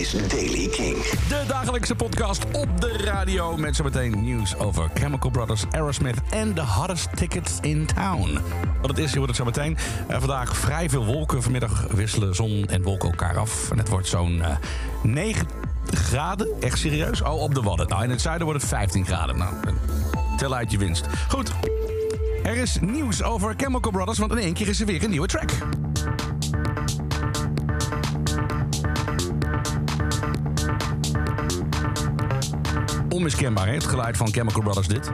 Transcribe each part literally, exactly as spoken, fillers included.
is Daily Kink. De dagelijkse podcast op de radio met zometeen nieuws over Chemical Brothers, Aerosmith en de hottest tickets in town. Wat het is, je hoort het zo meteen. Uh, vandaag vrij veel wolken. Vanmiddag wisselen zon en wolken elkaar af. En het wordt zo'n uh, negen graden. Echt serieus? Oh, op de Wadden. Nou, in het zuiden wordt het vijftien graden. Nou, tel uit je winst. Goed. Er is nieuws over Chemical Brothers, want in één keer is er weer een nieuwe track. Onmiskenbaar, hè? Het geluid van Chemical Brothers dit.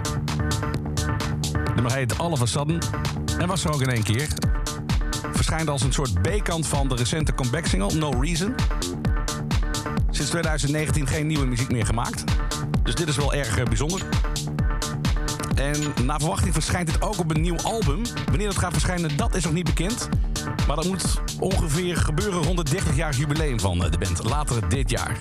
De nummer heet All of a Sudden en was er ook in één keer. Verschijnt als een soort B-kant van de recente comeback single No Reason. Sinds twintig negentien geen nieuwe muziek meer gemaakt. Dus dit is wel erg uh, bijzonder. En naar verwachting verschijnt dit ook op een nieuw album. Wanneer dat gaat verschijnen, dat is nog niet bekend. Maar dat moet ongeveer gebeuren rond het dertig-jarig jubileum van de band. Later dit jaar.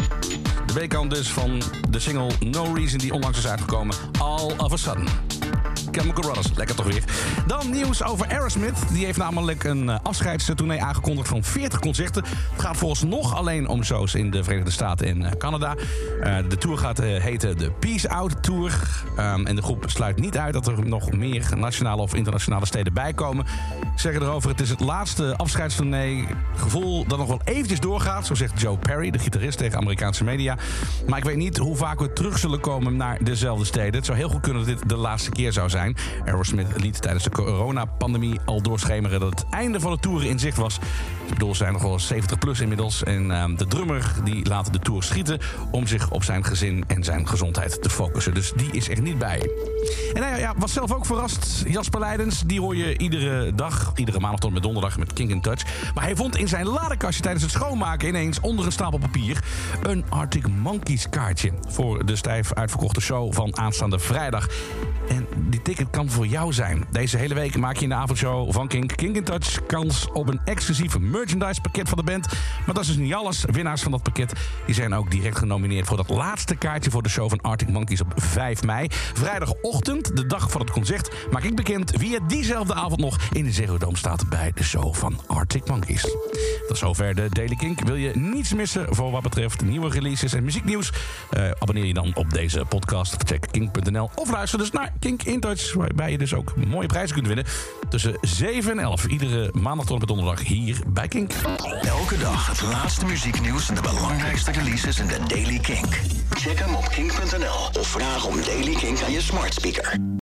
De B-kant dus van de single No Reason die onlangs is uitgekomen. All of a Sudden. Chemical Brothers, lekker toch weer. Dan nieuws over Aerosmith. Die heeft namelijk een afscheidstournee aangekondigd van veertig concerten. Het gaat volgens nog alleen om shows in de Verenigde Staten en Canada. Uh, de tour gaat uh, heten de Peace Out Tour. Um, en de groep sluit niet uit dat er nog meer nationale of internationale steden bij komen. Zeggen erover, het is het laatste afscheidstournee. Gevoel dat nog wel eventjes doorgaat, zo zegt Joe Perry, de gitarist, tegen Amerikaanse media. Maar ik weet niet hoe vaak we terug zullen komen naar dezelfde steden. Het zou heel goed kunnen dat dit de laatste keer zou zijn. Aerosmith liet tijdens de coronapandemie al doorschemeren dat het einde van de tour in zicht was. Ik bedoel, ze zijn nog wel zeventig plus inmiddels. En uh, de drummer die laat de tour schieten om zich op zijn gezin en zijn gezondheid te focussen. Dus die is er niet bij. En nou ja, was zelf ook verrast. Jasper Leidens, die hoor je iedere dag, iedere maandag tot en met donderdag met Kink in Touch. Maar hij vond in zijn ladekastje tijdens het schoonmaken ineens onder een stapel papier een Arctic Monkeys kaartje voor de stijf uitverkochte show van aanstaande vrijdag. En die ticket kan voor jou zijn. Deze hele week maak je in de avondshow van Kink, Kink in Touch, kans op een exclusief merchandise pakket van de band. Maar dat is dus niet alles. Winnaars van dat pakket die zijn ook direct genomineerd voor dat laatste kaartje voor de show van Arctic Monkeys op vijf mei. Vrijdagochtend, de dag van het concert, maak ik bekend wie er diezelfde avond nog in de Ziggo Dome staat bij de show van Arctic Monkeys. Dat is zover de Daily Kink. Wil je niets missen voor wat betreft nieuwe releases en muzieknieuws? Uh, abonneer je dan op deze podcast. Check kink punt n l of luister dus naar Kink in Touch, waarbij je dus ook mooie prijzen kunt winnen. Tussen zeven en elf, iedere maandag tot en met donderdag hier bij Kink. Elke dag het laatste muzieknieuws en de belangrijkste releases in de Daily Kink. Check hem op kink punt n l of vraag om Daily Kink aan je smart speaker.